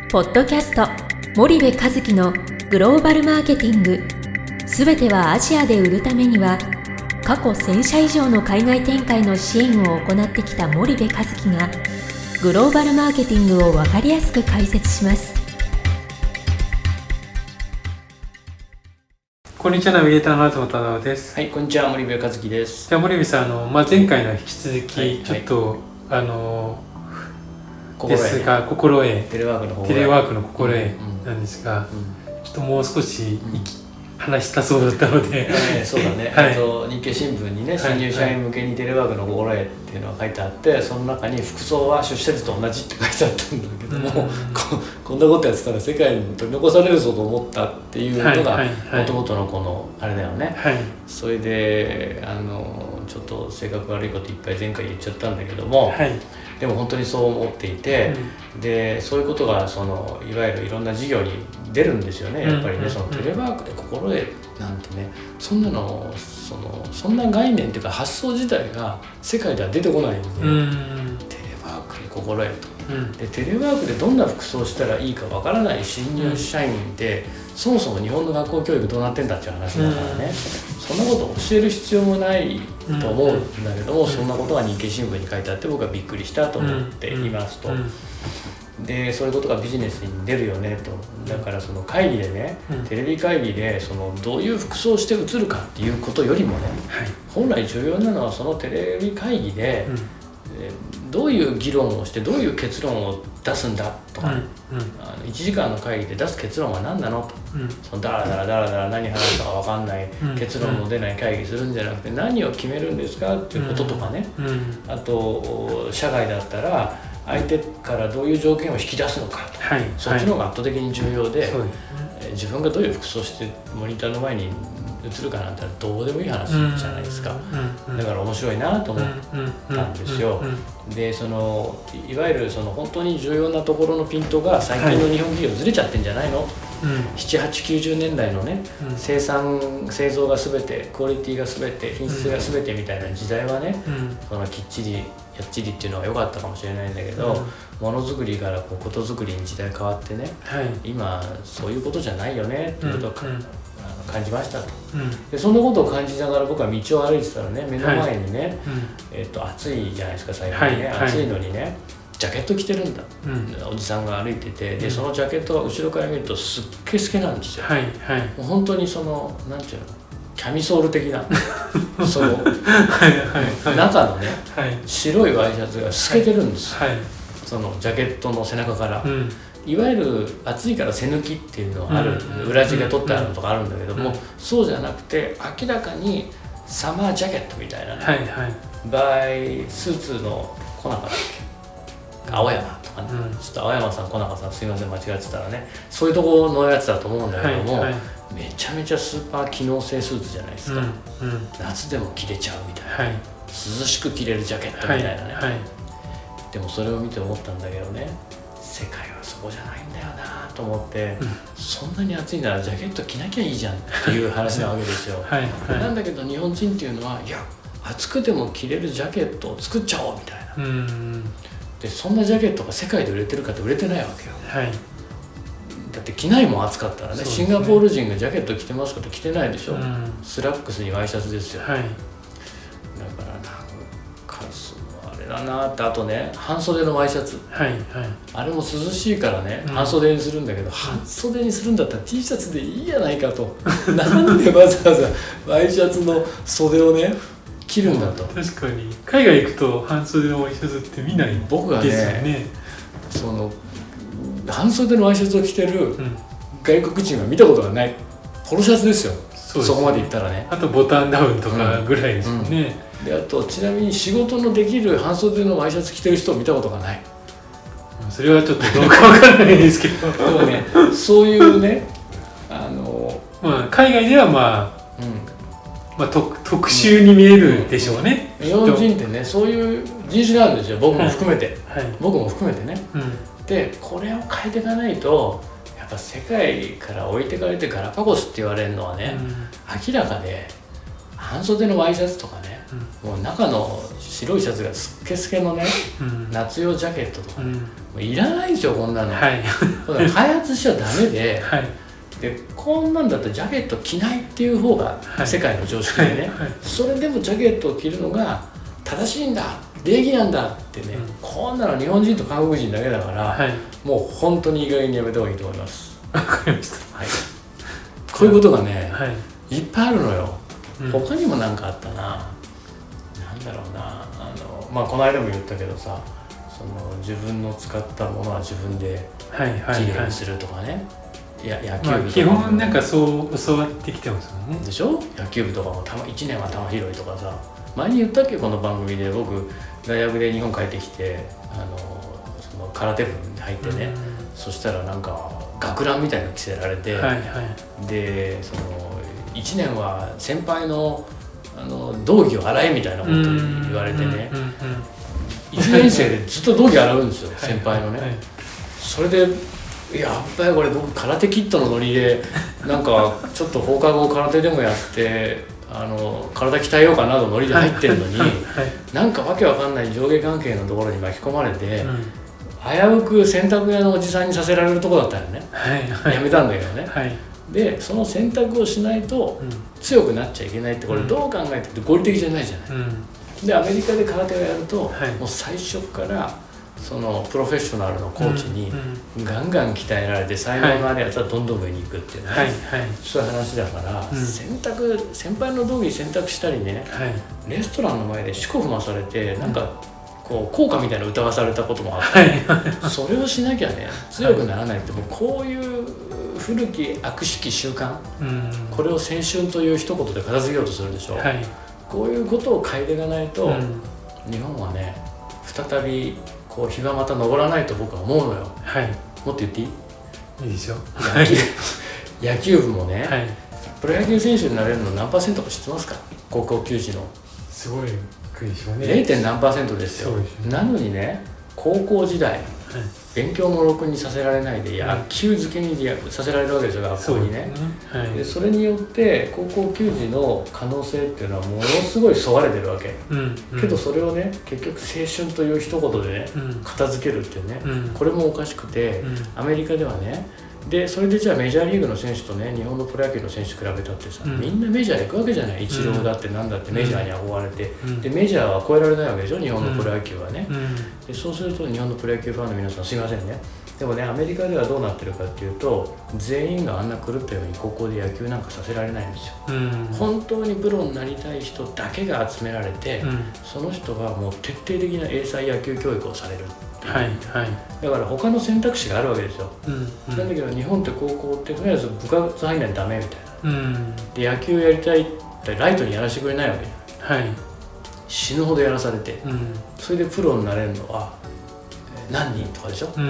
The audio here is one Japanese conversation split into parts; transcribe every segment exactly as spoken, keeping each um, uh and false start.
ポッドキャスト森部一樹のグローバルマーケティング、すべてはアジアで売るためには、過去せん社以上の海外展開の支援を行ってきた森部一樹がグローバルマーケティングを分かりやすく解説します。 こんにちは、ナビゲーターの東忠夫です。 はい、こんにちは、森部一樹です。 じゃあ森部さん、あの、まあ、前回の引き続き、 はい、 ちょっと、はい、あの心得ですが心得テレワークのテレワークの心得なんですが、うんうん、ちょっともう少し、うん、話したそうだったので、 えー、そうだね、はい、あと日経新聞にね、新入社員向けにテレワークの心得っていうのが書いてあって、その中に服装は出社時と同じって書いてあったんだけども、うん、こ, こんなことやってたら世界に取り残されるぞと思ったっていうのがもともとのこのあれだよね、はい、それであのちょっと性格悪いこといっぱい前回言っちゃったんだけども、はい、でも本当にそう思っていて、うん、でそういうことがそのいわゆるいろんな事業に出るんですよね、やっぱりね、うん、そのテレワークで心得なんてね、そんなのそのそんな概念っていうか発想自体が世界では出てこないんで、うん、テレワークで心得と、うん、でテレワークでどんな服装したらいいかわからない新入社員って、うん、そもそも日本の学校教育どうなってんだっていう話だからね、うん、そんなこと教える必要もないと思うんだけども、うん、そんなことが日経新聞に書いてあって僕はびっくりしたと思っていますと、うんうん、でそういうことがビジネスに出るよねと。だからその会議でね、うん、テレビ会議でそのどういう服装をして映るかっていうことよりもね、はい、本来重要なのはそのテレビ会議で、うん、えどういう議論をしてどういう結論を出すんだとか、うんうん、あのいちじかんの会議で出す結論は何なのと、うん、そのダラダラダラダラ何話すか分かんない、うん、結論も出ない会議するんじゃなくて何を決めるんですかっていうこととかね、うんうん、あと社外だったら相手からどういう条件を引き出すのかと、はい、そっちの方が圧倒的に重要で、はい、自分がどういう服装してモニターの前に映るかなんてどうでもいい話じゃないですか、うんうん、だから面白いなと思ったんですよ、うんうんうん、でそのいわゆるその本当に重要なところのピントが最近の日本企業ずれちゃってんじゃないの、はい、うん、ななじゅうはち、きゅうじゅうねんだいのね、うん、生産製造が全てクオリティが全て品質が全てみたいな時代はね、うん、そのきっちりやっちりっていうのが良かったかもしれないんだけど、うん、ものづくりからこうことづくりに時代変わってね、はい、今そういうことじゃないよねっていうことを、うんうん、感じましたと、うん、でそんなことを感じながら僕は道を歩いてたらね、目の前にね、はい、えー、と暑いじゃないですか最近ね、はい、暑いのにねジャケット着てるんだ、うん、おじさんが歩いてて、でそのジャケットは後ろから見るとすっげ透けなんですよ、はいはい、もう本当にそのなんていうのキャミソール的なそのはいはい、はい、中のね、はい、白いワイシャツが透けてるんです、はいはい、そのジャケットの背中から、うん、いわゆる暑いから背抜きっていうのはある、うん、裏地が取ってあるのとかあるんだけども、うん、そうじゃなくて明らかにサマージャケットみたいなね、はいはい、場合スーツの小中だっけ、青山とかね、うん、ちょっと青山さん小中さんすいません間違ってたらね、そういうところのやつだと思うんだけども、はいはい、めちゃめちゃスーパー機能性スーツじゃないですか、うんうん、夏でも着れちゃうみたいな、はい、涼しく着れるジャケットみたいなね、はいはい、でもそれを見て思ったんだけどね、世界はそこじゃないんだよなと思って、うん、そんなに暑いならジャケット着なきゃいいじゃんっていう話なわけですよ、はいはい、なんだけど日本人っていうのはいや暑くても着れるジャケットを作っちゃおうみたいな、うん、でそんなジャケットが世界で売れてるかって売れてないわけよ、はい、だって着ないもん暑かったら ね, ねシンガポール人がジャケット着てますかって着てないでしょ、うん、スラックスにワイシャツですよ、はい、だからなんかあれだなって。あとね半袖のワイシャツ、はいはい、あれも涼しいからね、うん、半袖にするんだけど、うん、半袖にするんだったら T シャツでいいやないかとなんでわざわざワイシャツの袖をね着るんだと。 確かに海外行くと半袖のワイシャツって見ないですよね。 僕はねその半袖のワイシャツを着てる外国人は見たことがない。ポロシャツですよ、 そうですね、そこまでいったらね。 あとボタンダウンとかぐらいですよね、 うんうん、であとちなみに仕事のできる半袖のワイシャツ着てる人を見たことがない。 それはちょっとどうかわからないですけどでもねそういうねあの、 まあ、海外ではまあ、うんまあ、特, 特殊に見えるでしょうね、 うんうん、日本人ってねそういう人種なんですよ、僕も含めて、はいはい、僕も含めてね、うん、でこれを変えていかないとやっぱ世界から置いてかれてガラパゴスって言われるのはね、うん、明らかで半袖のワイシャツとかね、うん、もう中の白いシャツがスッケスケのね、うん、夏用ジャケットとか、ね、うん、もういらないですよこんなの、はい、開発しちゃダメで、はい、でこんなんだったらジャケット着ないっていう方が世界の常識でね、はいはいはい、それでもジャケットを着るのが正しいんだ礼儀なんだってね、うん、こんなの日本人と韓国人だけだから、はい、もう本当にいい加減にやめた方がいいと思います。 わかりました、 はい、こういうことがね、はい、いっぱいあるのよ、うん、他にも何かあったな、なんだろうな、あの、まあ、この間も言ったけどさ、その自分の使ったものは自分できれいにするとかね、いや野球部とか、まあ、基本なんかそう教わってきてますよね。 でしょ。野球部とかもたいちねんは球拾いとかさ、前に言ったっけこの番組で、僕大学で日本帰ってきて、あのその空手部に入ってね、そしたらなんか学ランみたいなの着せられて、はいはい、でそのいちねんは先輩のあの道着を洗えみたいなこと言われてね、いちねん生でずっと道着洗うんですよ先輩のね、はいはい、それでやっぱりこれ僕空手キットのノリでなんかちょっと放課後空手でもやってあの体鍛えようかなとノリで入ってるのに、はい、なんかわけわかんない上下関係のところに巻き込まれて、うん、危うく洗濯屋のおじさんにさせられるとこだったよね、はいはい、やめたんだけどね、はい、でその選択をしないと強くなっちゃいけないって、これどう考えても合理的じゃないじゃない、うん、でアメリカで空手をやると、はい、もう最初からそのプロフェッショナルのコーチにガンガン鍛えられて才能のあるやつはどんどん上に行くっていうね、はいはい、そういう話だから、うん、選択先輩の道着選択したりね、はい、レストランの前で四股踏まされてなんかこう効果みたいなの歌わされたこともあって、はい、それをしなきゃね強くならないって、もうこういう古き悪しき習慣、うん、これを青春という一言で片付けようとするでしょ、はい、こういうことを変えていかないと、うん、日本はね再びこう日がまた昇らないと僕は思うのよ、はい、もっと言っていい？ いいでしょ。 野球、野球部もね、はい、プロ野球選手になれるの何パーセントか知ってますか？高校球児のすごい低いでしょうね。 ゼロ. 何パーセントですよ。ですね。なのにね高校時代、はい、勉強もろくにさせられないで野球漬けにさせられるわけですよ、学校にね。 そ, ね、はい、でそれによって高校球児の可能性っていうのはものすごいそがれてるわけ、うんうん、けどそれをね結局青春という一言でね、うん、片付けるっていうね、うん、これもおかしくて、うん、アメリカではね、でそれでじゃあメジャーリーグの選手とね日本のプロ野球の選手比べたってさ、うん、みんなメジャー行くわけじゃない。イチローだってなんだってメジャーに憧れて、うん、でメジャーは超えられないわけでしょ日本のプロ野球はね、うん、でそうすると日本のプロ野球ファンの皆さんすいませんね、でもねアメリカではどうなってるかっていうと全員があんな狂ったように高校で野球なんかさせられないんですよ、うん、本当にプロになりたい人だけが集められて、うん、その人はもう徹底的な英才野球教育をされる。はいはい、だから他の選択肢があるわけですよ、うんうん、なんだけど日本って高校ってとりあえず部活入んないとダメみたいな、うん、で野球やりたいってライトにやらせてくれないわけじゃない、はい、死ぬほどやらされて、うん、それでプロになれるのは何人とかでしょ、うん、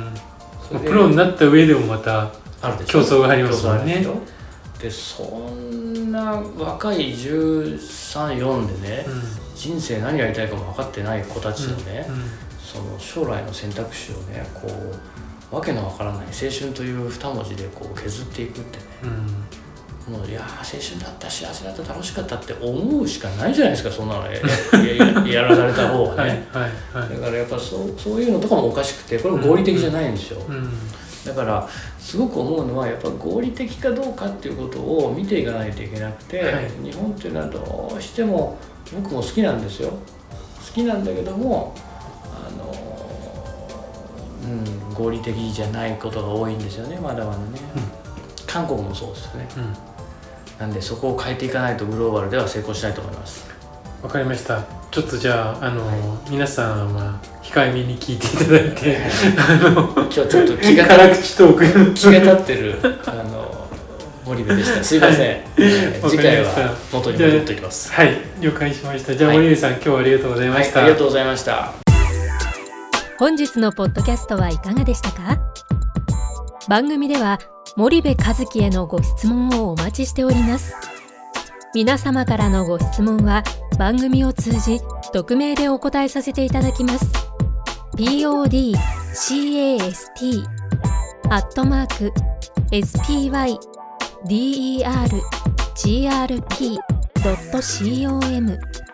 それでプロになった上でもまた競争がありますよね。 でそんな若いじゅうさん、よんでね、うん、人生何やりたいかも分かってない子たちのね、うんうん、その将来の選択肢をねこうわけのわからない青春という二文字でこう削っていくってね、うん、もういや青春だった幸せだった楽しかったって思うしかないじゃないですか、そんなの や, や, やらされた方はねはい、はいはい、だからやっぱそうそういうのとかもおかしくてこれも合理的じゃないんですよ、うんうんうん、だからすごく思うのはやっぱ合理的かどうかっていうことを見ていかないといけなくて、はい、日本っていうのはどうしても僕も好きなんですよ、好きなんだけどもあの、うん、合理的じゃないことが多いんですよね、まだまだね、うん、韓国もそうですよね、うん、なんでそこを変えていかないとグローバルでは成功しないと思います。 わかりました。ちょっとじゃあ、あの、はい、皆さんは控えめに聞いていただいてあの今日ちょっと気が辛口トーク気が立ってるあの森部でした。すいません、はいえー、次回は元に戻っていきます。 はい、了解しました。じゃあ、はい、森部さん今日はありがとうございました、 はい、ありがとうございました。 本日のポッドキャストはいかがでしたか？番組では森部一樹へのご質問をお待ちしております。皆様からのご質問は番組を通じ匿名でお答えさせていただきます。ピーオーディーキャスト アットマーク エスピーワイディーイーアールジーアールピー ドットコム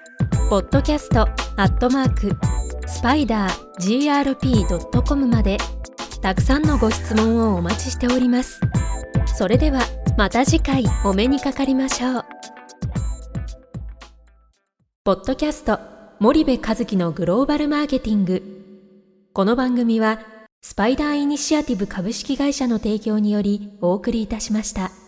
ポッドキャストアットマークスパイダー ジーアールピー ドットコム までたくさんのご質問をお待ちしております。それではまた次回お目にかかりましょう。ポッドキャスト森部和樹のグローバルマーケティング。この番組はスパイダーイニシアティブ株式会社の提供によりお送りいたしました。